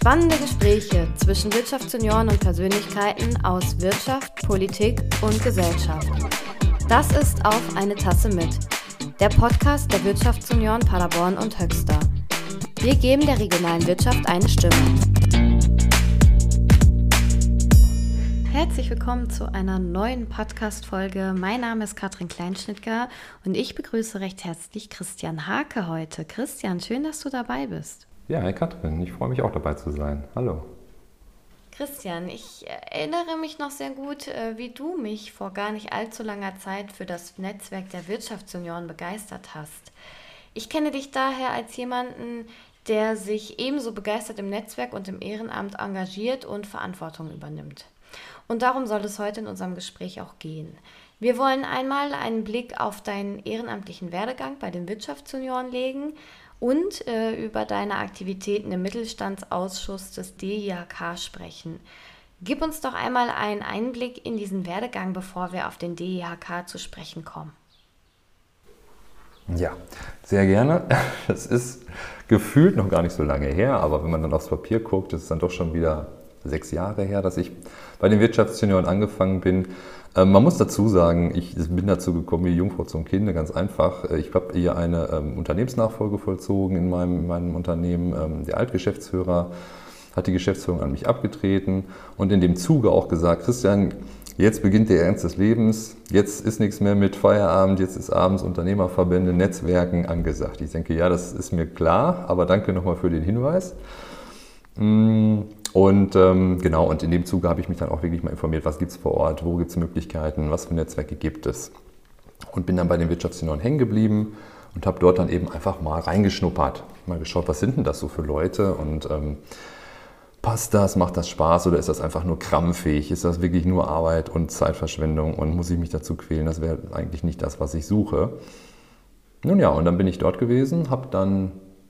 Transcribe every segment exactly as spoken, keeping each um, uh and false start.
Spannende Gespräche zwischen Wirtschaftsjunioren und Persönlichkeiten aus Wirtschaft, Politik und Gesellschaft. Das ist Auf eine Tasse mit, der Podcast der Wirtschaftsjunioren Paderborn und Höxter. Wir geben der regionalen Wirtschaft eine Stimme. Herzlich willkommen zu einer neuen Podcast-Folge. Mein Name ist Katrin Kleinschnittger und ich begrüße recht herzlich Christian Hake heute. Christian, schön, dass du dabei bist. Ja, hi Katrin, ich freue mich auch dabei zu sein. Hallo. Christian, ich erinnere mich noch sehr gut, wie du mich vor gar nicht allzu langer Zeit für das Netzwerk der Wirtschaftsjunioren begeistert hast. Ich kenne dich daher als jemanden, der sich ebenso begeistert im Netzwerk und im Ehrenamt engagiert und Verantwortung übernimmt. Und darum soll es heute in unserem Gespräch auch gehen. Wir wollen einmal einen Blick auf deinen ehrenamtlichen Werdegang bei den Wirtschaftsjunioren legen und äh, über deine Aktivitäten im Mittelstandsausschuss des D I H K sprechen. Gib uns doch einmal einen Einblick in diesen Werdegang, bevor wir auf den D I H K zu sprechen kommen. Ja, sehr gerne. Das ist gefühlt noch gar nicht so lange her, aber wenn man dann aufs Papier guckt, ist es dann doch schon wieder sechs Jahre her, dass ich bei den Wirtschaftsjunioren angefangen bin. Ähm, man muss dazu sagen, ich bin dazu gekommen wie Jungfrau zum Kinde, ganz einfach. Ich habe hier eine ähm, Unternehmensnachfolge vollzogen in meinem, in meinem Unternehmen. Ähm, der Altgeschäftsführer hat die Geschäftsführung an mich abgetreten und in dem Zuge auch gesagt, Christian, jetzt beginnt der Ernst des Lebens, jetzt ist nichts mehr mit Feierabend, jetzt ist abends Unternehmerverbände, Netzwerken angesagt. Ich denke, ja, das ist mir klar, aber danke nochmal für den Hinweis. Und ähm, genau, und in dem Zuge habe ich mich dann auch wirklich mal informiert, was gibt es vor Ort, wo gibt es Möglichkeiten, was für Netzwerke gibt es. Und bin dann bei den Wirtschaftsjunioren hängen geblieben und habe dort dann eben einfach mal reingeschnuppert, mal geschaut, was sind denn das so für Leute und ähm, passt das, macht das Spaß oder ist das einfach nur krampfig, ist das wirklich nur Arbeit und Zeitverschwendung und muss ich mich dazu quälen, das wäre eigentlich nicht das, was ich suche. Nun ja, und dann bin ich dort gewesen, habe dann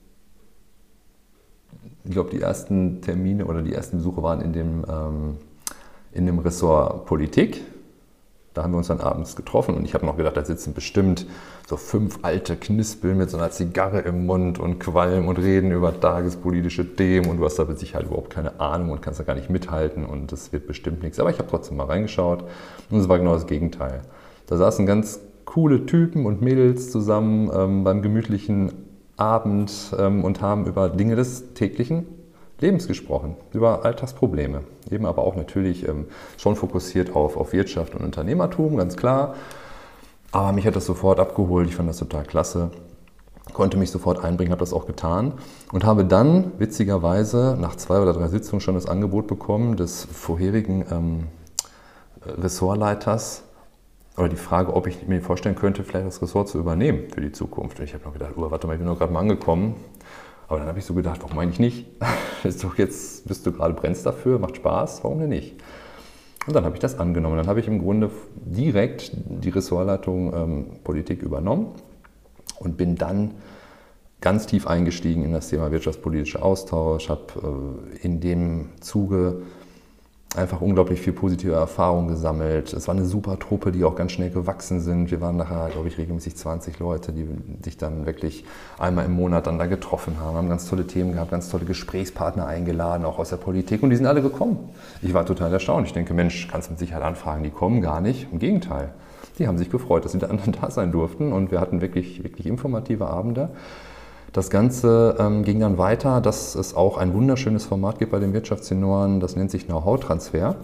Ich glaube, die ersten Termine oder die ersten Besuche waren in dem, ähm, in dem Ressort Politik. Da haben wir uns dann abends getroffen und ich habe noch gedacht, da sitzen bestimmt so fünf alte Knispel mit so einer Zigarre im Mund und qualmen und reden über tagespolitische Themen und du hast da mit Sicherheit überhaupt keine Ahnung und kannst da gar nicht mithalten und das wird bestimmt nichts. Aber ich habe trotzdem mal reingeschaut und es war genau das Gegenteil. Da saßen ganz coole Typen und Mädels zusammen ähm, beim gemütlichen Abend ähm, und haben über Dinge des täglichen Lebens gesprochen, über Alltagsprobleme. Eben aber auch natürlich ähm, schon fokussiert auf, auf Wirtschaft und Unternehmertum, ganz klar. Aber mich hat das sofort abgeholt, ich fand das total klasse, konnte mich sofort einbringen, habe das auch getan und habe dann witzigerweise nach zwei oder drei Sitzungen schon das Angebot bekommen des vorherigen ähm, Ressortleiters, oder die Frage, ob ich mir vorstellen könnte, vielleicht das Ressort zu übernehmen für die Zukunft. Und ich habe noch gedacht, oh, warte mal, ich bin noch gerade mal angekommen. Aber dann habe ich so gedacht, warum eigentlich nicht? Ist doch jetzt bist du gerade brennst dafür, macht Spaß, warum denn nicht? Und dann habe ich das angenommen. Dann habe ich im Grunde direkt die Ressortleitung ähm, Politik übernommen und bin dann ganz tief eingestiegen in das Thema wirtschaftspolitischer Austausch, habe äh, in dem Zuge einfach unglaublich viel positive Erfahrung gesammelt. Es war eine super Truppe, die auch ganz schnell gewachsen sind. Wir waren nachher, glaube ich, regelmäßig zwanzig Leute, die sich dann wirklich einmal im Monat dann da getroffen haben, haben ganz tolle Themen gehabt, ganz tolle Gesprächspartner eingeladen, auch aus der Politik und die sind alle gekommen. Ich war total erstaunt. Ich denke, Mensch, kannst du mit Sicherheit anfragen, die kommen gar nicht. Im Gegenteil, die haben sich gefreut, dass sie da da sein durften und wir hatten wirklich, wirklich informative Abende. Das Ganze ähm, ging dann weiter, dass es auch ein wunderschönes Format gibt bei den Wirtschaftsjunioren, das nennt sich Know-how-Transfer.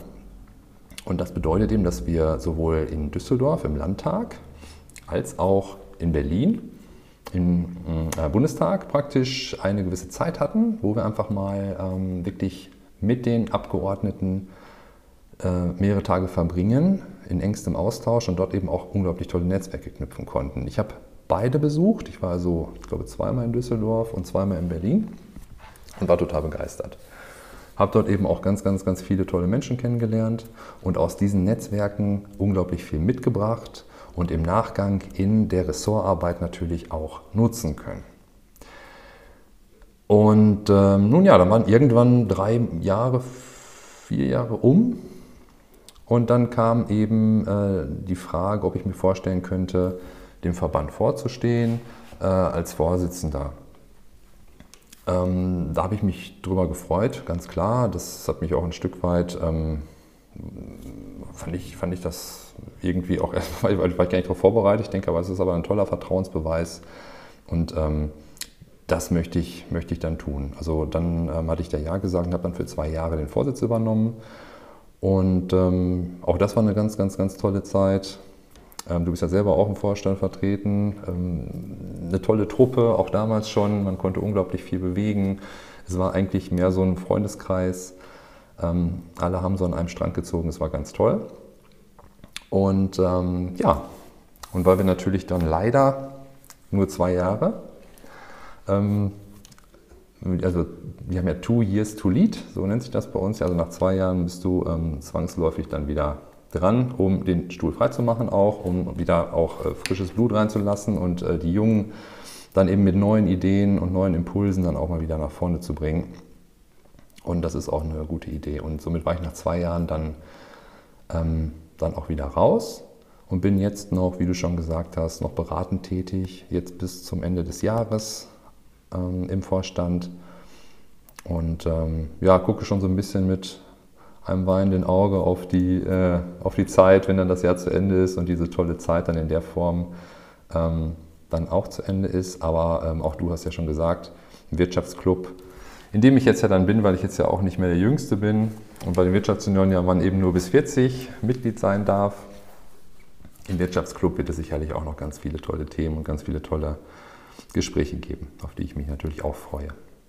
Und das bedeutet eben, dass wir sowohl in Düsseldorf im Landtag als auch in Berlin im äh, Bundestag praktisch eine gewisse Zeit hatten, wo wir einfach mal ähm, wirklich mit den Abgeordneten äh, mehrere Tage verbringen, in engstem Austausch und dort eben auch unglaublich tolle Netzwerke knüpfen konnten. Ich habe beide besucht. Ich war also, ich glaube, zweimal in Düsseldorf und zweimal in Berlin und war total begeistert. Habe dort eben auch ganz, ganz, ganz viele tolle Menschen kennengelernt und aus diesen Netzwerken unglaublich viel mitgebracht und im Nachgang in der Ressortarbeit natürlich auch nutzen können. Und ähm, nun ja, dann waren irgendwann drei Jahre, vier Jahre um und dann kam eben äh, die Frage, ob ich mir vorstellen könnte, dem Verband vorzustehen äh, als Vorsitzender. Ähm, da habe ich mich drüber gefreut, ganz klar. Das hat mich auch ein Stück weit, ähm, fand, ich, fand ich das irgendwie auch erstmal, weil ich war gar nicht darauf vorbereitet. Ich denke aber, es ist aber ein toller Vertrauensbeweis und ähm, das möchte ich, möchte ich dann tun. Also dann ähm, hatte ich da Ja gesagt und habe dann für zwei Jahre den Vorsitz übernommen und ähm, auch das war eine ganz, ganz, ganz tolle Zeit. Ähm, du bist ja selber auch im Vorstand vertreten, ähm, eine tolle Truppe, auch damals schon, man konnte unglaublich viel bewegen. Es war eigentlich mehr so ein Freundeskreis, ähm, alle haben so an einem Strang gezogen, es war ganz toll. Und ähm, ja, und weil wir natürlich dann leider nur zwei Jahre, ähm, also wir haben ja two years to lead, so nennt sich das bei uns, also nach zwei Jahren bist du ähm, zwangsläufig dann wieder dran, um den Stuhl freizumachen auch, um wieder auch äh, frisches Blut reinzulassen und äh, die Jungen dann eben mit neuen Ideen und neuen Impulsen dann auch mal wieder nach vorne zu bringen. Und das ist auch eine gute Idee. Und somit war ich nach zwei Jahren dann, ähm, dann auch wieder raus und bin jetzt noch, wie du schon gesagt hast, noch beratend tätig, jetzt bis zum Ende des Jahres ähm, im Vorstand. Und ähm, ja, gucke schon so ein bisschen mit einem weinenden Auge auf die, äh, auf die Zeit, wenn dann das Jahr zu Ende ist und diese tolle Zeit dann in der Form ähm, dann auch zu Ende ist. Aber ähm, auch du hast ja schon gesagt, im Wirtschaftsclub, in dem ich jetzt ja dann bin, weil ich jetzt ja auch nicht mehr der Jüngste bin und bei den Wirtschaftsunion ja man eben nur bis vierzig Mitglied sein darf. Im Wirtschaftsclub wird es sicherlich auch noch ganz viele tolle Themen und ganz viele tolle Gespräche geben, auf die ich mich natürlich auch freue.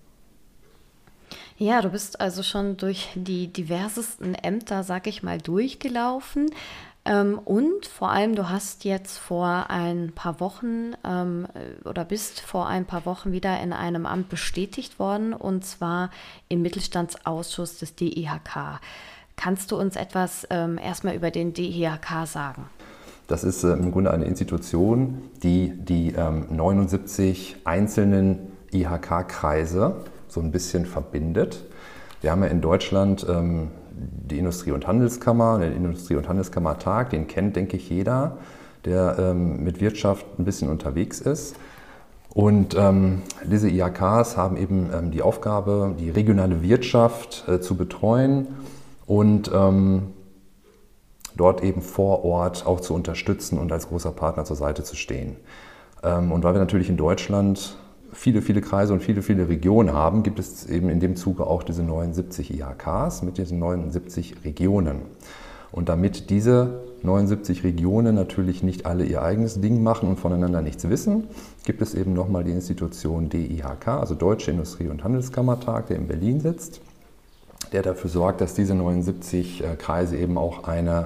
Ja, du bist also schon durch die diversesten Ämter, sag ich mal, durchgelaufen. Ähm, und vor allem, du hast jetzt vor ein paar Wochen ähm, oder bist vor ein paar Wochen wieder in einem Amt bestätigt worden, und zwar im Mittelstandsausschuss des D I H K. Kannst du uns etwas ähm, erstmal über den D I H K sagen? Das ist äh, im Grunde eine Institution, die die ähm, neunundsiebzig einzelnen I H K-Kreise so ein bisschen verbindet. Wir haben ja in Deutschland ähm, die Industrie- und Handelskammer, den Industrie- und Handelskammertag, den kennt, denke ich, jeder, der ähm, mit Wirtschaft ein bisschen unterwegs ist. Und ähm, diese I H Ks haben eben ähm, die Aufgabe, die regionale Wirtschaft äh, zu betreuen und ähm, dort eben vor Ort auch zu unterstützen und als großer Partner zur Seite zu stehen. Ähm, und weil wir natürlich in Deutschland viele, viele Kreise und viele, viele Regionen haben, gibt es eben in dem Zuge auch diese neunundsiebzig I H Ks mit diesen neunundsiebzig Regionen. Und damit diese neunundsiebzig Regionen natürlich nicht alle ihr eigenes Ding machen und voneinander nichts wissen, gibt es eben nochmal die Institution D I H K, also Deutsche Industrie- und Handelskammertag, der in Berlin sitzt, der dafür sorgt, dass diese neunundsiebzig Kreise eben auch eine,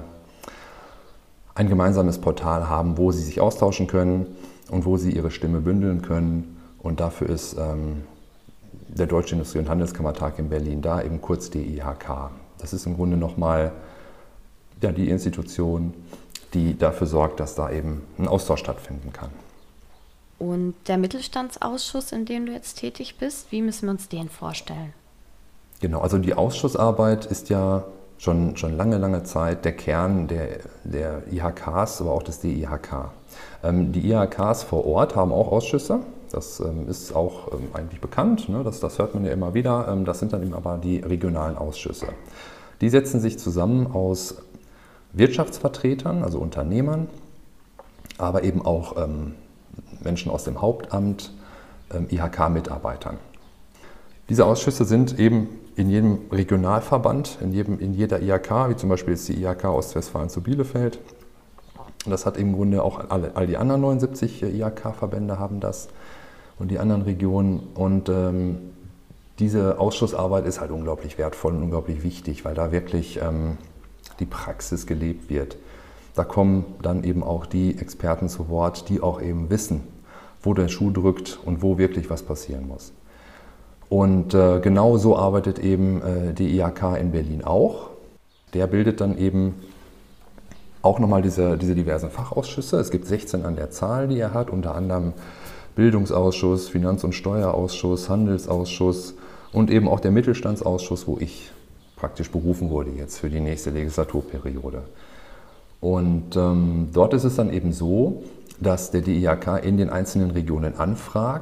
ein gemeinsames Portal haben, wo sie sich austauschen können und wo sie ihre Stimme bündeln können. Und dafür ist ähm, der Deutsche Industrie- und Handelskammertag in Berlin da, eben kurz D I H K. Das ist im Grunde nochmal ja, die Institution, die dafür sorgt, dass da eben ein Austausch stattfinden kann. Und der Mittelstandsausschuss, in dem du jetzt tätig bist, wie müssen wir uns den vorstellen? Genau, also die Ausschussarbeit ist ja schon, schon lange, lange Zeit der Kern der, der I H Ks, aber auch des D I H K. Ähm, die I H Ks vor Ort haben auch Ausschüsse. Das ähm, ist auch ähm, eigentlich bekannt, ne? das, das hört man ja immer wieder. Ähm, das sind dann eben aber die regionalen Ausschüsse. Die setzen sich zusammen aus Wirtschaftsvertretern, also Unternehmern, aber eben auch ähm, Menschen aus dem Hauptamt, ähm, I H K-Mitarbeitern. Diese Ausschüsse sind eben in jedem Regionalverband, in, jedem, in jeder I H K, wie zum Beispiel jetzt die I H K Ostwestfalen zu Bielefeld. Und das hat im Grunde auch alle, all die anderen neunundsiebzig I H K-Verbände haben das und die anderen Regionen. Und ähm, diese Ausschussarbeit ist halt unglaublich wertvoll und unglaublich wichtig, weil da wirklich ähm, die Praxis gelebt wird. Da kommen dann eben auch die Experten zu Wort, die auch eben wissen, wo der Schuh drückt und wo wirklich was passieren muss. Und äh, genau so arbeitet eben äh, die I H K in Berlin auch. Der bildet dann eben auch nochmal diese, diese diversen Fachausschüsse. Es gibt sechzehn an der Zahl, die er hat, unter anderem Bildungsausschuss, Finanz- und Steuerausschuss, Handelsausschuss und eben auch der Mittelstandsausschuss, wo ich praktisch berufen wurde jetzt für die nächste Legislaturperiode. Und ähm, dort ist es dann eben so, dass der D I H K in den einzelnen Regionen anfragt,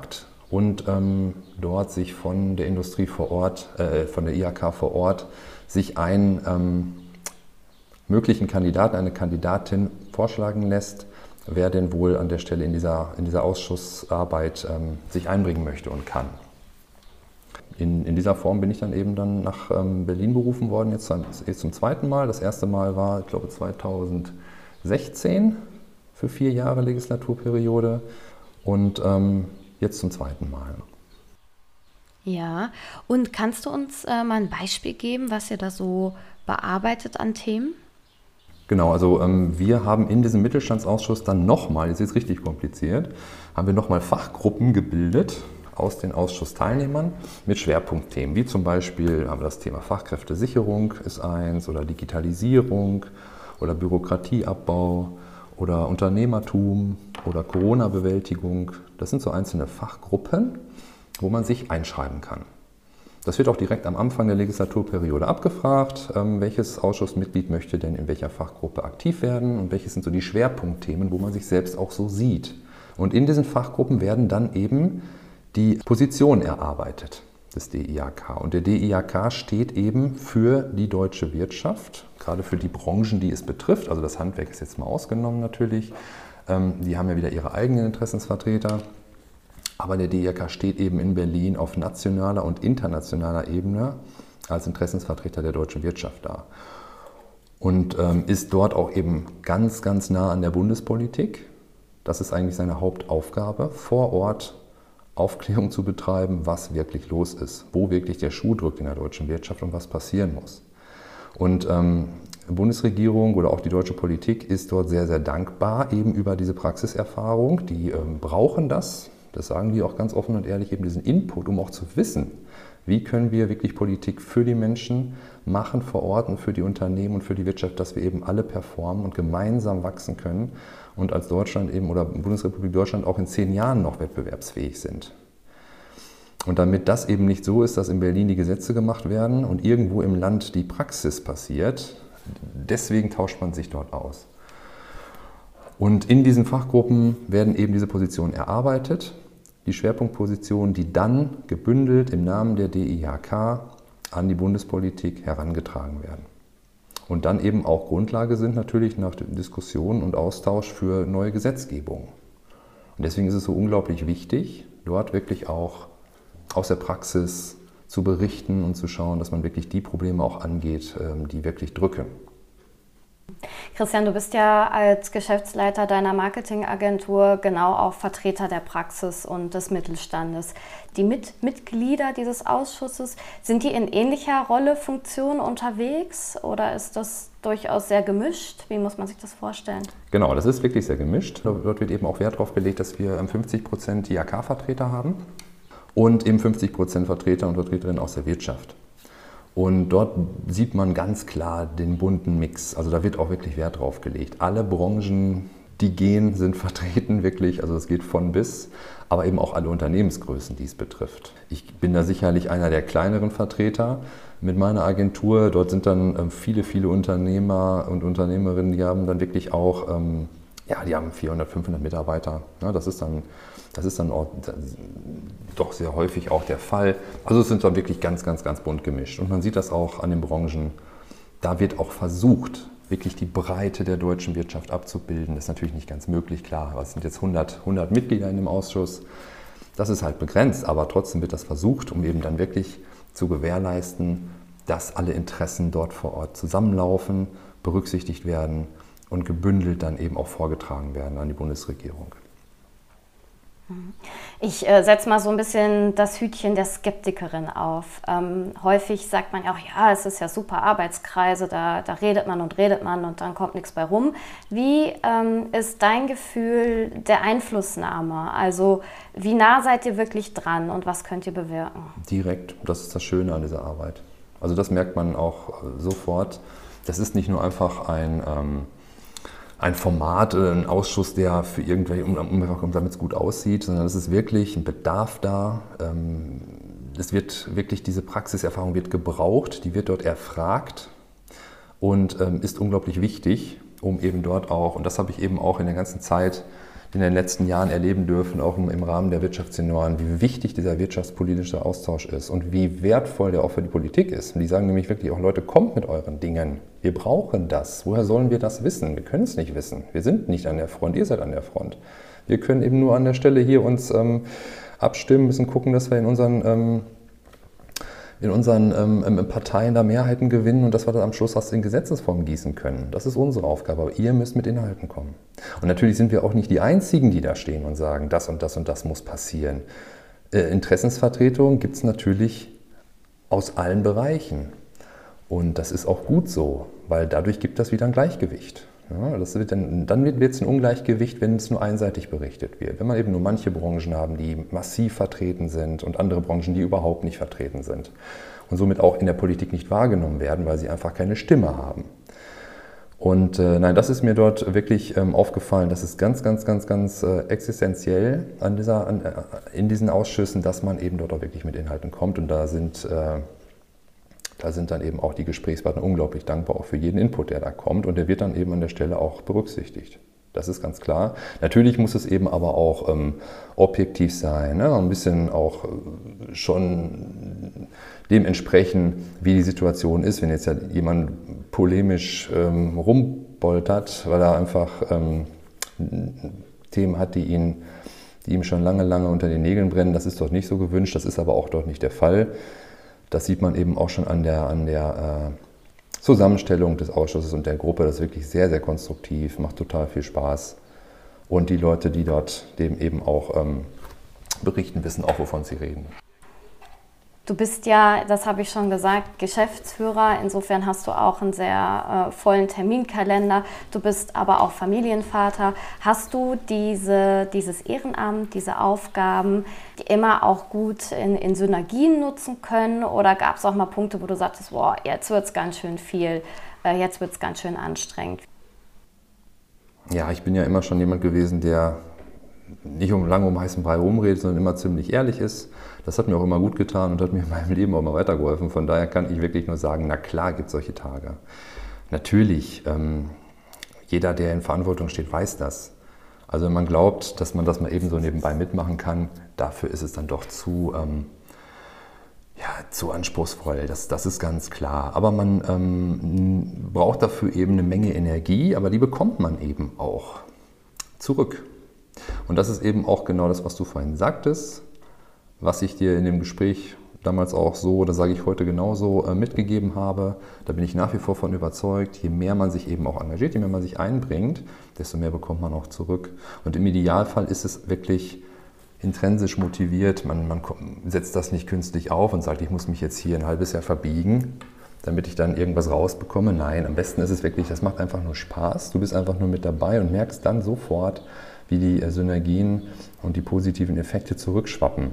und ähm, dort sich von der Industrie vor Ort, äh, von der I H K vor Ort, sich einen ähm, möglichen Kandidaten, eine Kandidatin vorschlagen lässt, wer denn wohl an der Stelle in dieser, in dieser Ausschussarbeit ähm, sich einbringen möchte und kann. In, in dieser Form bin ich dann eben dann nach ähm, Berlin berufen worden, jetzt, jetzt zum zweiten Mal. Das erste Mal war, ich glaube, zweitausendsechzehn für vier Jahre Legislaturperiode und ähm, jetzt zum zweiten Mal. Ja, und kannst du uns äh, mal ein Beispiel geben, was ihr da so bearbeitet an Themen? Genau, also ähm, wir haben in diesem Mittelstandsausschuss dann nochmal, jetzt ist es richtig kompliziert, haben wir nochmal Fachgruppen gebildet aus den Ausschussteilnehmern mit Schwerpunktthemen, wie zum Beispiel haben wir das Thema Fachkräftesicherung ist eins oder Digitalisierung oder Bürokratieabbau oder Unternehmertum oder Corona-Bewältigung. Das sind so einzelne Fachgruppen, wo man sich einschreiben kann. Das wird auch direkt am Anfang der Legislaturperiode abgefragt, ähm, welches Ausschussmitglied möchte denn in welcher Fachgruppe aktiv werden und welches sind so die Schwerpunktthemen, wo man sich selbst auch so sieht. Und in diesen Fachgruppen werden dann eben die Positionen erarbeitet des D I H K. Und der D I H K steht eben für die deutsche Wirtschaft, gerade für die Branchen, die es betrifft. Also das Handwerk ist jetzt mal ausgenommen natürlich. Ähm, die haben ja wieder ihre eigenen Interessensvertreter. Aber der D I H K steht eben in Berlin auf nationaler und internationaler Ebene als Interessensvertreter der deutschen Wirtschaft da. Und ähm, ist dort auch eben ganz, ganz nah an der Bundespolitik. Das ist eigentlich seine Hauptaufgabe, vor Ort Aufklärung zu betreiben, was wirklich los ist, wo wirklich der Schuh drückt in der deutschen Wirtschaft und was passieren muss. Und ähm, die Bundesregierung oder auch die deutsche Politik ist dort sehr, sehr dankbar eben über diese Praxiserfahrung. Die ähm, brauchen das, das sagen die auch ganz offen und ehrlich, eben diesen Input, um auch zu wissen, wie können wir wirklich Politik für die Menschen machen vor Ort und für die Unternehmen und für die Wirtschaft, dass wir eben alle performen und gemeinsam wachsen können und als Deutschland eben oder Bundesrepublik Deutschland auch in zehn Jahren noch wettbewerbsfähig sind. Und damit das eben nicht so ist, dass in Berlin die Gesetze gemacht werden und irgendwo im Land die Praxis passiert, deswegen tauscht man sich dort aus. Und in diesen Fachgruppen werden eben diese Positionen erarbeitet, die Schwerpunktpositionen, die dann gebündelt im Namen der D I H K an die Bundespolitik herangetragen werden. Und dann eben auch Grundlage sind natürlich nach Diskussion und Austausch für neue Gesetzgebung. Und deswegen ist es so unglaublich wichtig, dort wirklich auch aus der Praxis zu berichten und zu schauen, dass man wirklich die Probleme auch angeht, die wirklich drücken. Christian, du bist ja als Geschäftsleiter deiner Marketingagentur genau auch Vertreter der Praxis und des Mittelstandes. Die Mit Mitglieder dieses Ausschusses, sind die in ähnlicher Rolle, Funktion unterwegs oder ist das durchaus sehr gemischt? Wie muss man sich das vorstellen? Genau, das ist wirklich sehr gemischt. Dort wird eben auch Wert darauf gelegt, dass wir fünfzig Prozent I H K-Vertreter haben und eben fünfzig Prozent Vertreter und Vertreterinnen aus der Wirtschaft. Und dort sieht man ganz klar den bunten Mix. Also da wird auch wirklich Wert drauf gelegt. Alle Branchen, die gehen, sind vertreten wirklich. Also es geht von bis, aber eben auch alle Unternehmensgrößen, die es betrifft. Ich bin da sicherlich einer der kleineren Vertreter mit meiner Agentur. Dort sind dann viele, viele Unternehmer und Unternehmerinnen, die haben dann wirklich auch, ja, die haben vierhundert, fünfhundert Mitarbeiter. Das ist dann, das ist dann auch doch sehr häufig auch der Fall. Also es sind dann wirklich ganz, ganz, ganz bunt gemischt. Und man sieht das auch an den Branchen. Da wird auch versucht, wirklich die Breite der deutschen Wirtschaft abzubilden. Das ist natürlich nicht ganz möglich, klar. Aber es sind jetzt hundert, hundert Mitglieder in dem Ausschuss. Das ist halt begrenzt, aber trotzdem wird das versucht, um eben dann wirklich zu gewährleisten, dass alle Interessen dort vor Ort zusammenlaufen, berücksichtigt werden und gebündelt dann eben auch vorgetragen werden an die Bundesregierung. Ich äh, setze mal so ein bisschen das Hütchen der Skeptikerin auf. Ähm, häufig sagt man ja auch, ja, es ist ja super Arbeitskreise, da, da redet man und redet man und dann kommt nichts bei rum. Wie ähm, ist dein Gefühl der Einflussnahme? Also wie nah seid ihr wirklich dran und was könnt ihr bewirken? Direkt, das ist das Schöne an dieser Arbeit. Also das merkt man auch sofort. Das ist nicht nur einfach ein... Ähm, ein Format, ein Ausschuss, der für irgendwelche, um, um, damit es gut aussieht, sondern es ist wirklich ein Bedarf da. Es wird wirklich, diese Praxiserfahrung wird gebraucht, die wird dort erfragt und ist unglaublich wichtig, um eben dort auch, und das habe ich eben auch in der ganzen Zeit, in den letzten Jahren erleben dürfen, auch im Rahmen der Wirtschaftssenioren, wie wichtig dieser wirtschaftspolitische Austausch ist und wie wertvoll der auch für die Politik ist. Und die sagen nämlich wirklich auch, Leute, kommt mit euren Dingen. Wir brauchen das. Woher sollen wir das wissen? Wir können es nicht wissen. Wir sind nicht an der Front, ihr seid an der Front. Wir können eben nur an der Stelle hier uns ähm, abstimmen, müssen gucken, dass wir in unseren, ähm, in unseren ähm, Parteien da Mehrheiten gewinnen und dass wir das am Schluss aus den Gesetzesformen gießen können. Das ist unsere Aufgabe, aber ihr müsst mit Inhalten kommen. Und natürlich sind wir auch nicht die Einzigen, die da stehen und sagen, das und das und das muss passieren. Äh, Interessensvertretung gibt es natürlich aus allen Bereichen. Und das ist auch gut so, weil dadurch gibt das wieder ein Gleichgewicht. Ja, das wird dann dann wird es ein Ungleichgewicht, wenn es nur einseitig berichtet wird. Wenn man eben nur manche Branchen haben, die massiv vertreten sind und andere Branchen, die überhaupt nicht vertreten sind und somit auch in der Politik nicht wahrgenommen werden, weil sie einfach keine Stimme haben. Und äh, nein, das ist mir dort wirklich ähm, aufgefallen, das ist ganz, ganz, ganz, ganz äh, existenziell an dieser, an, äh, in diesen Ausschüssen, dass man eben dort auch wirklich mit Inhalten kommt und da sind... Äh, Da sind dann eben auch die Gesprächspartner unglaublich dankbar auch für jeden Input, der da kommt und der wird dann eben an der Stelle auch berücksichtigt. Das ist ganz klar. Natürlich muss es eben aber auch ähm, objektiv sein, ne? Ein bisschen auch äh, schon dementsprechend, wie die Situation ist. Wenn jetzt ja jemand polemisch ähm, rumpoltert, weil er einfach ähm, Themen hat, die ihn, die ihm schon lange, lange unter den Nägeln brennen, das ist dort nicht so gewünscht, das ist aber auch dort nicht der Fall. Das sieht man eben auch schon an der, an der äh, Zusammenstellung des Ausschusses und der Gruppe. Das ist wirklich sehr, sehr konstruktiv, macht total viel Spaß. Und die Leute, die dort dem eben auch ähm, berichten, wissen auch, wovon sie reden. Du bist ja, das habe ich schon gesagt, Geschäftsführer. Insofern hast du auch einen sehr äh, vollen Terminkalender. Du bist aber auch Familienvater. Hast du diese, dieses Ehrenamt, diese Aufgaben immer auch gut in, in Synergien nutzen können? Oder gab es auch mal Punkte, wo du sagtest, boah, jetzt wird es ganz schön viel, äh, jetzt wird es ganz schön anstrengend? Ja, ich bin ja immer schon jemand gewesen, der nicht um lange um heißen Brei rumredet, sondern immer ziemlich ehrlich ist. Das hat mir auch immer gut getan und hat mir in meinem Leben auch immer weitergeholfen. Von daher kann ich wirklich nur sagen, na klar gibt es solche Tage. Natürlich, ähm, jeder, der in Verantwortung steht, weiß das. Also wenn man glaubt, dass man das mal eben so nebenbei mitmachen kann, dafür ist es dann doch zu, ähm, ja, zu anspruchsvoll, das, das ist ganz klar. Aber man ähm, braucht dafür eben eine Menge Energie, aber die bekommt man eben auch zurück. Und das ist eben auch genau das, was du vorhin sagtest, was ich dir in dem Gespräch damals auch so, das sage ich heute genauso, äh, mitgegeben habe. Da bin ich nach wie vor von überzeugt, je mehr man sich eben auch engagiert, je mehr man sich einbringt, desto mehr bekommt man auch zurück. Und im Idealfall ist es wirklich intrinsisch motiviert, man, man setzt das nicht künstlich auf und sagt, ich muss mich jetzt hier ein halbes Jahr verbiegen, damit ich dann irgendwas rausbekomme. Nein, am besten ist es wirklich, das macht einfach nur Spaß. Du bist einfach nur mit dabei und merkst dann sofort, wie die Synergien und die positiven Effekte zurückschwappen.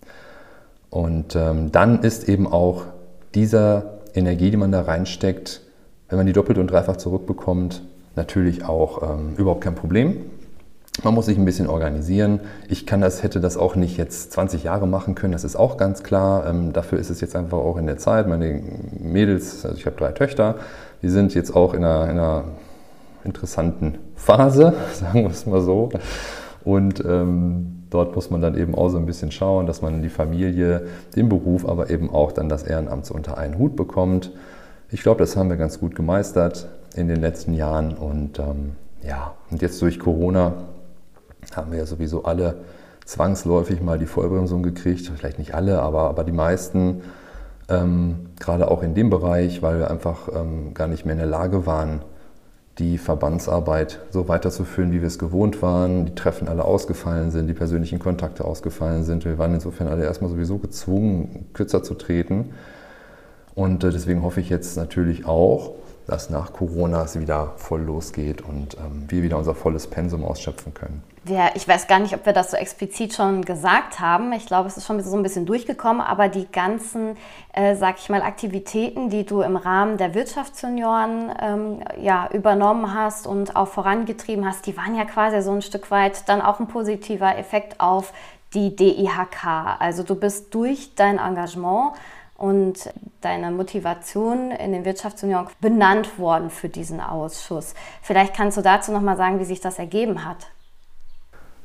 Und ähm, dann ist eben auch diese Energie, die man da reinsteckt, wenn man die doppelt und dreifach zurückbekommt, natürlich auch ähm, überhaupt kein Problem. Man muss sich ein bisschen organisieren. Ich kann das, hätte das auch nicht jetzt zwanzig Jahre machen können, das ist auch ganz klar. Ähm, dafür ist es jetzt einfach auch in der Zeit. Meine Mädels, also ich habe drei Töchter, die sind jetzt auch in einer, in einer interessanten Phase, sagen wir es mal so. Und ähm, dort muss man dann eben auch so ein bisschen schauen, dass man die Familie, den Beruf, aber eben auch dann das Ehrenamt so unter einen Hut bekommt. Ich glaube, das haben wir ganz gut gemeistert in den letzten Jahren. Und ähm, ja, und jetzt durch Corona haben wir ja sowieso alle zwangsläufig mal die Vollbremsung gekriegt. Vielleicht nicht alle, aber, aber die meisten. Ähm, gerade auch in dem Bereich, weil wir einfach ähm, gar nicht mehr in der Lage waren, die Verbandsarbeit so weiterzuführen, wie wir es gewohnt waren, die Treffen alle ausgefallen sind, die persönlichen Kontakte ausgefallen sind. Wir waren insofern alle erstmal sowieso gezwungen, kürzer zu treten. Und deswegen hoffe ich jetzt natürlich auch, dass nach Corona es wieder voll losgeht und ähm, wir wieder unser volles Pensum ausschöpfen können. Ja, ich weiß gar nicht, ob wir das so explizit schon gesagt haben. Ich glaube, es ist schon so ein bisschen durchgekommen, aber die ganzen, äh, sag ich mal, Aktivitäten, die du im Rahmen der Wirtschaftssenioren ähm, ja, übernommen hast und auch vorangetrieben hast, die waren ja quasi so ein Stück weit dann auch ein positiver Effekt auf die D I H K. Also du bist durch dein Engagement und deine Motivation in den Wirtschaftssenioren benannt worden für diesen Ausschuss. Vielleicht kannst du dazu noch mal sagen, wie sich das ergeben hat.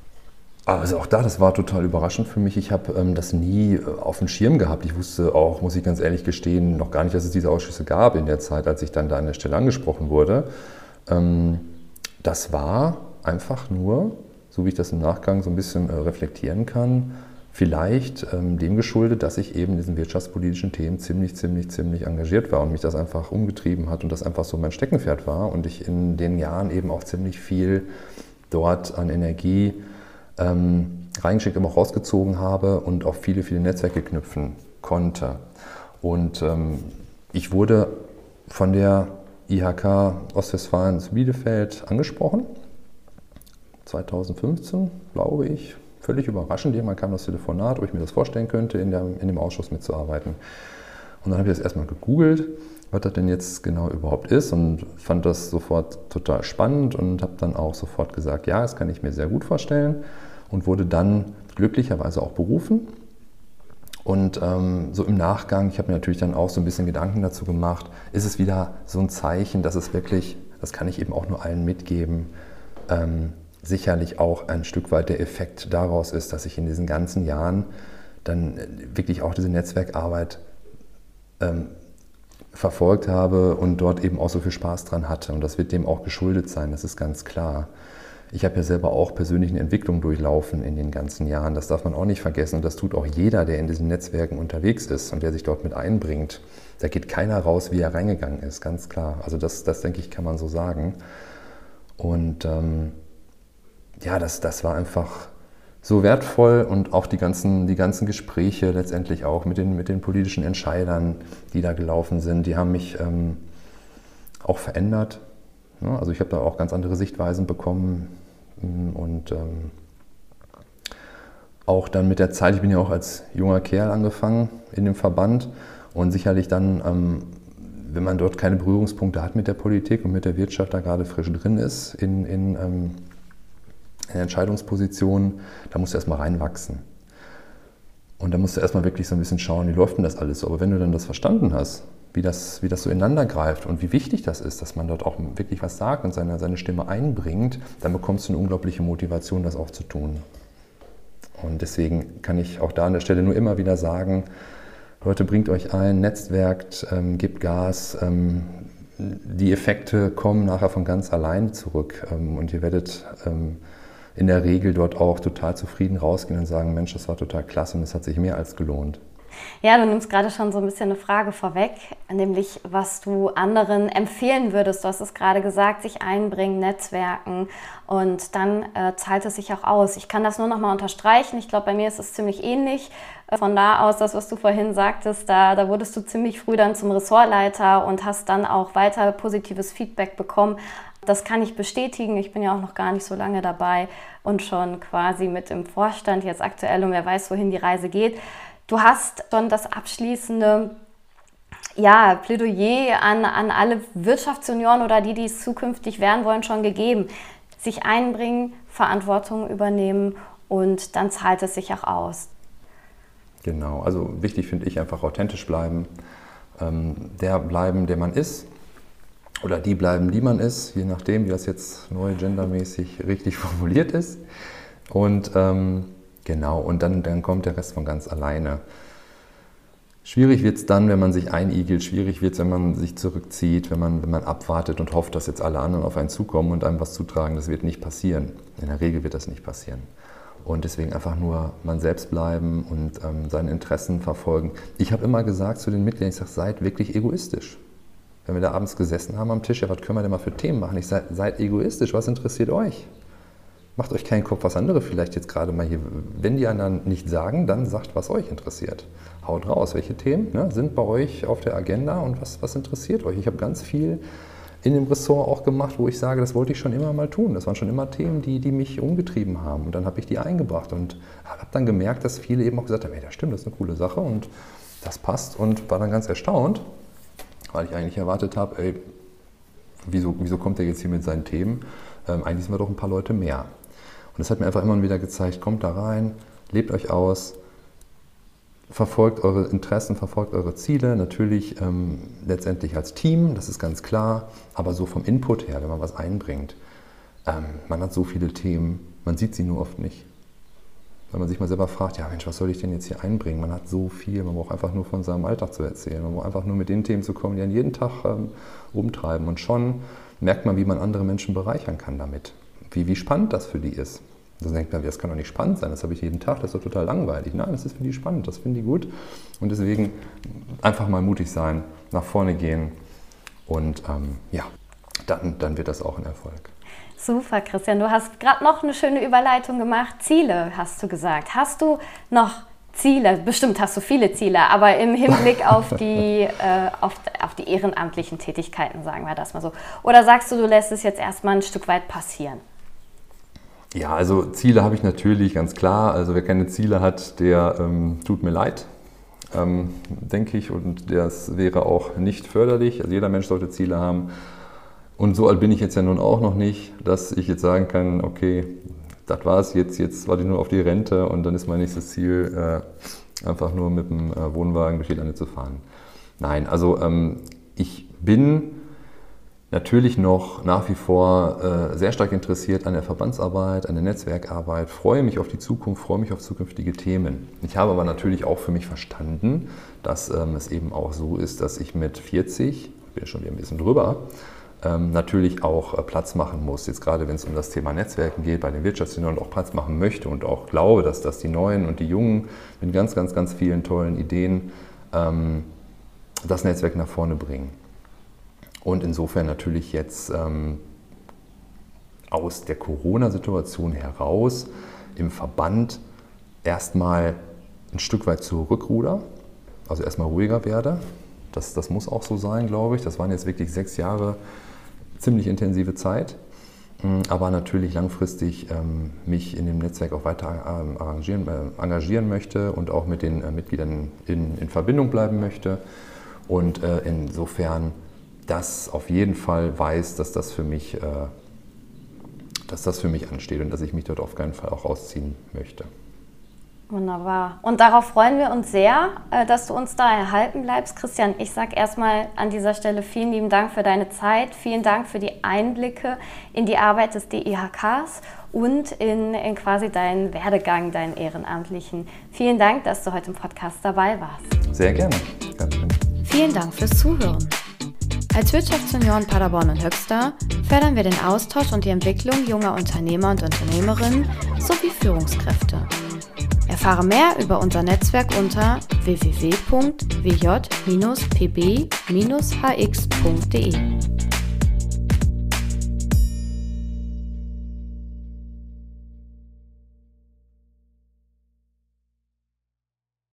Also auch da, das war total überraschend für mich. Ich habe ähm, das nie äh, auf dem Schirm gehabt. Ich wusste auch, muss ich ganz ehrlich gestehen, noch gar nicht, dass es diese Ausschüsse gab in der Zeit, als ich dann da an der Stelle angesprochen wurde. Ähm, das war einfach nur, so wie ich das im Nachgang so ein bisschen äh, reflektieren kann, vielleicht ähm, dem geschuldet, dass ich eben in diesen wirtschaftspolitischen Themen ziemlich, ziemlich, ziemlich engagiert war und mich das einfach umgetrieben hat und das einfach so mein Steckenpferd war und ich in den Jahren eben auch ziemlich viel dort an Energie ähm, reingeschickt, aber auch rausgezogen habe und auf viele, viele Netzwerke knüpfen konnte. Und ähm, ich wurde von der I H K Ostwestfalen zu Bielefeld angesprochen, zweitausendfünfzehn, glaube ich. Völlig überraschend, jemand kam das Telefonat, ob ich mir das vorstellen könnte, in, der, in dem Ausschuss mitzuarbeiten. Und dann habe ich das erstmal gegoogelt, was das denn jetzt genau überhaupt ist und fand das sofort total spannend und habe dann auch sofort gesagt, ja, das kann ich mir sehr gut vorstellen und wurde dann glücklicherweise auch berufen. Und ähm, so im Nachgang, ich habe mir natürlich dann auch so ein bisschen Gedanken dazu gemacht, ist es wieder so ein Zeichen, dass es wirklich, das kann ich eben auch nur allen mitgeben, ähm, sicherlich auch ein Stück weit der Effekt daraus ist, dass ich in diesen ganzen Jahren dann wirklich auch diese Netzwerkarbeit ähm, verfolgt habe und dort eben auch so viel Spaß dran hatte. Und das wird dem auch geschuldet sein, das ist ganz klar. Ich habe ja selber auch persönlich eine Entwicklung durchlaufen in den ganzen Jahren. Das darf man auch nicht vergessen. Und das tut auch jeder, der in diesen Netzwerken unterwegs ist und der sich dort mit einbringt. Da geht keiner raus, wie er reingegangen ist, ganz klar. Also das, das denke ich, kann man so sagen. Und ähm, ja, das, das war einfach so wertvoll und auch die ganzen, die ganzen Gespräche letztendlich auch mit den, mit den politischen Entscheidern, die da gelaufen sind, die haben mich ähm, auch verändert. Ja, also ich habe da auch ganz andere Sichtweisen bekommen und ähm, auch dann mit der Zeit, ich bin ja auch als junger Kerl angefangen in dem Verband und sicherlich dann, ähm, wenn man dort keine Berührungspunkte hat mit der Politik und mit der Wirtschaft, da gerade frisch drin ist in, in ähm, in Entscheidungspositionen, da musst du erstmal reinwachsen. Und da musst du erstmal wirklich so ein bisschen schauen, wie läuft denn das alles so. Aber wenn du dann das verstanden hast, wie das, wie das so ineinander greift und wie wichtig das ist, dass man dort auch wirklich was sagt und seine, seine Stimme einbringt, dann bekommst du eine unglaubliche Motivation, das auch zu tun. Und deswegen kann ich auch da an der Stelle nur immer wieder sagen, Leute, bringt euch ein, netzwerkt, ähm, gebt Gas, ähm, die Effekte kommen nachher von ganz allein zurück ähm, und ihr werdet ähm, in der Regel dort auch total zufrieden rausgehen und sagen, Mensch, das war total klasse und es hat sich mehr als gelohnt. Ja, du nimmst gerade schon so ein bisschen eine Frage vorweg, nämlich was du anderen empfehlen würdest. Du hast es gerade gesagt, sich einbringen, netzwerken und dann äh, zahlt es sich auch aus. Ich kann das nur noch mal unterstreichen. Ich glaube, bei mir ist es ziemlich ähnlich. Von da aus, das, was du vorhin sagtest, da, da wurdest du ziemlich früh dann zum Ressortleiter und hast dann auch weiter positives Feedback bekommen. Das kann ich bestätigen. Ich bin ja auch noch gar nicht so lange dabei und schon quasi mit im Vorstand jetzt aktuell und wer weiß, wohin die Reise geht. Du hast schon das abschließende ja, Plädoyer an, an alle Wirtschaftsjunioren oder die, die es zukünftig werden wollen, schon gegeben. Sich einbringen, Verantwortung übernehmen und dann zahlt es sich auch aus. Genau, also wichtig finde ich einfach authentisch bleiben, ähm, der bleiben, der man ist oder die bleiben, die man ist, je nachdem, wie das jetzt neu gendermäßig richtig formuliert ist. Und ähm, genau, und dann, dann kommt der Rest von ganz alleine. Schwierig wird es dann, wenn man sich einigelt, schwierig wird es, wenn man sich zurückzieht, wenn man, wenn man abwartet und hofft, dass jetzt alle anderen auf einen zukommen und einem was zutragen. Das wird nicht passieren. In der Regel wird das nicht passieren. Und deswegen einfach nur man selbst bleiben und ähm, seine Interessen verfolgen. Ich habe immer gesagt zu den Mitgliedern, ich sage, seid wirklich egoistisch. Wenn wir da abends gesessen haben am Tisch, ja, was können wir denn mal für Themen machen? Ich sage, seid egoistisch, was interessiert euch? Macht euch keinen Kopf, was andere vielleicht jetzt gerade mal hier, wenn die anderen nicht sagen, dann sagt, was euch interessiert. Haut raus, welche Themen ne, sind bei euch auf der Agenda und was, was interessiert euch? Ich habe ganz viel in dem Ressort auch gemacht, wo ich sage, das wollte ich schon immer mal tun. Das waren schon immer Themen, die, die mich umgetrieben haben. Und dann habe ich die eingebracht und habe dann gemerkt, dass viele eben auch gesagt haben, hey, das stimmt, das ist eine coole Sache und das passt und war dann ganz erstaunt, weil ich eigentlich erwartet habe, ey, wieso, wieso kommt der jetzt hier mit seinen Themen? Ähm, eigentlich sind wir doch ein paar Leute mehr. Und das hat mir einfach immer wieder gezeigt, kommt da rein, lebt euch aus, verfolgt eure Interessen, verfolgt eure Ziele, natürlich ähm, letztendlich als Team, das ist ganz klar, aber so vom Input her, wenn man was einbringt, ähm, man hat so viele Themen, man sieht sie nur oft nicht. weil man sich mal selber fragt, ja Mensch, was soll ich denn jetzt hier einbringen? Man hat so viel, man braucht einfach nur von seinem Alltag zu erzählen, man braucht einfach nur mit den Themen zu kommen, die einen jeden Tag ähm, umtreiben. Und schon merkt man, wie man andere Menschen bereichern kann damit, wie, wie spannend das für die ist. Dann denkt man, das kann doch nicht spannend sein, das habe ich jeden Tag, das ist doch total langweilig. Nein, das ist für die spannend, das finden die gut. Und deswegen einfach mal mutig sein, nach vorne gehen und ähm, ja, dann, dann wird das auch ein Erfolg. Super, Christian. Du hast gerade noch eine schöne Überleitung gemacht. Ziele, hast du gesagt. Hast du noch Ziele? Bestimmt hast du viele Ziele, aber im Hinblick auf die, äh, auf, auf die ehrenamtlichen Tätigkeiten, sagen wir das mal so. Oder sagst du, du lässt es jetzt erstmal ein Stück weit passieren? Ja, also Ziele habe ich natürlich, ganz klar. Also wer keine Ziele hat, der ähm, tut mir leid, ähm, denke ich. Und das wäre auch nicht förderlich. Also jeder Mensch sollte Ziele haben. Und so alt bin ich jetzt ja nun auch noch nicht, dass ich jetzt sagen kann, okay, das war's jetzt, jetzt warte ich nur auf die Rente und dann ist mein nächstes Ziel, äh, einfach nur mit dem äh, Wohnwagen durch die Lande zu fahren. Nein, also ähm, ich bin natürlich noch nach wie vor äh, sehr stark interessiert an der Verbandsarbeit, an der Netzwerkarbeit, freue mich auf die Zukunft, freue mich auf zukünftige Themen. Ich habe aber natürlich auch für mich verstanden, dass ähm, es eben auch so ist, dass ich mit vierzig, ich bin schon wieder ein bisschen drüber, Ähm, natürlich auch äh, Platz machen muss, jetzt gerade wenn es um das Thema Netzwerken geht, bei den Wirtschaftssenioren auch Platz machen möchte und auch glaube, dass das die Neuen und die Jungen mit ganz, ganz, ganz vielen tollen Ideen ähm, das Netzwerk nach vorne bringen. Und insofern natürlich jetzt ähm, aus der Corona-Situation heraus im Verband erstmal ein Stück weit zurückruder, also erstmal ruhiger werde. Das, das muss auch so sein, glaube ich. Das waren jetzt wirklich sechs Jahre ziemlich intensive Zeit, aber natürlich langfristig ähm, mich in dem Netzwerk auch weiter ähm, arrangieren, äh, engagieren möchte und auch mit den äh, Mitgliedern in, in Verbindung bleiben möchte und äh, insofern das auf jeden Fall weiß, dass das für mich, äh, dass das für mich ansteht und dass ich mich dort auf keinen Fall auch rausziehen möchte. Wunderbar. Und darauf freuen wir uns sehr, dass du uns da erhalten bleibst. Christian, ich sage erstmal an dieser Stelle vielen lieben Dank für deine Zeit, vielen Dank für die Einblicke in die Arbeit des D I H Ks und in, in quasi deinen Werdegang, deinen ehrenamtlichen. Vielen Dank, dass du heute im Podcast dabei warst. Sehr gerne. Danke. Vielen Dank fürs Zuhören. Als Wirtschaftsunion Paderborn und Höxter fördern wir den Austausch und die Entwicklung junger Unternehmer und Unternehmerinnen sowie Führungskräfte. Erfahre mehr über unser Netzwerk unter w w w punkt w j dash p b dash h x punkt d e.